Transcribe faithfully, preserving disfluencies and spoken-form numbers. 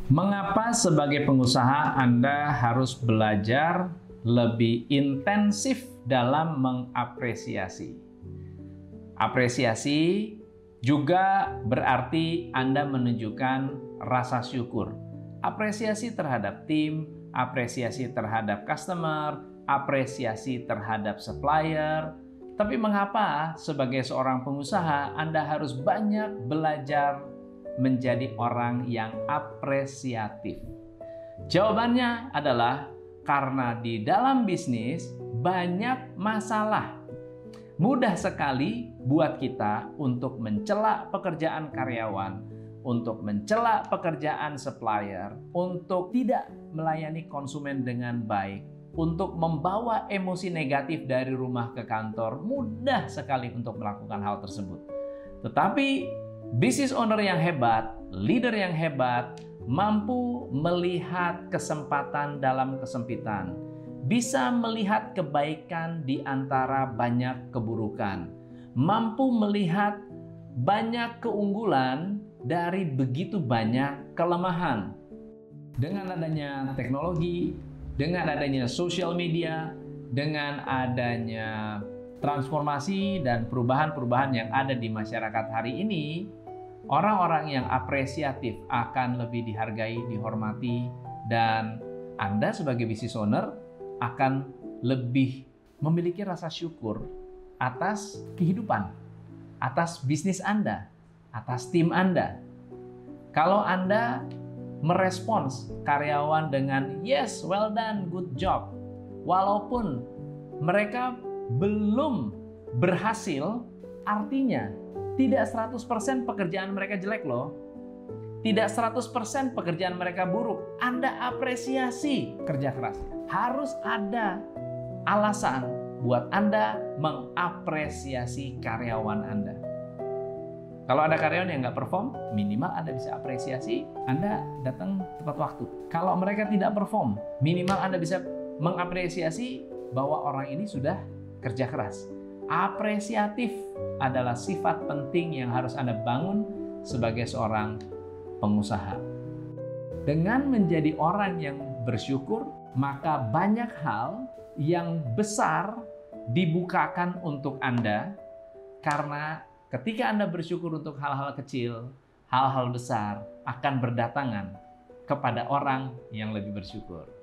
Mengapa sebagai pengusaha Anda harus belajar lebih intensif dalam mengapresiasi? Apresiasi juga berarti Anda menunjukkan rasa syukur. Apresiasi terhadap tim, apresiasi terhadap customer, apresiasi terhadap supplier. Tapi mengapa sebagai seorang pengusaha Anda harus banyak belajar menjadi orang yang apresiatif? Jawabannya adalah karena di dalam bisnis banyak masalah. Mudah sekali buat kita untuk mencela pekerjaan karyawan, untuk mencela pekerjaan supplier, untuk tidak melayani konsumen dengan baik, untuk membawa emosi negatif dari rumah ke kantor. Mudah sekali untuk melakukan hal tersebut. Tetapi business owner yang hebat, leader yang hebat, mampu melihat kesempatan dalam kesempitan, bisa melihat kebaikan di antara banyak keburukan, mampu melihat banyak keunggulan dari begitu banyak kelemahan. Dengan adanya teknologi, dengan adanya sosial media, dengan adanya transformasi dan perubahan-perubahan yang ada di masyarakat hari ini, orang-orang yang apresiatif akan lebih dihargai, dihormati, dan Anda sebagai business owner akan lebih memiliki rasa syukur atas kehidupan, atas bisnis Anda, atas tim Anda. Kalau Anda merespons karyawan dengan yes, well done, good job, walaupun mereka belum berhasil, artinya tidak seratus persen pekerjaan mereka jelek loh. Tidak seratus persen pekerjaan mereka buruk. Anda apresiasi kerja kerasnya. Harus ada alasan buat Anda mengapresiasi karyawan Anda. Kalau ada karyawan yang nggak perform, minimal Anda bisa apresiasi, Anda datang tepat waktu. Kalau mereka tidak perform, minimal Anda bisa mengapresiasi bahwa orang ini sudah kerja keras. Apresiatif adalah sifat penting yang harus Anda bangun sebagai seorang pengusaha. Dengan menjadi orang yang bersyukur, maka banyak hal yang besar dibukakan untuk Anda, karena ketika Anda bersyukur untuk hal-hal kecil, hal-hal besar akan berdatangan kepada orang yang lebih bersyukur.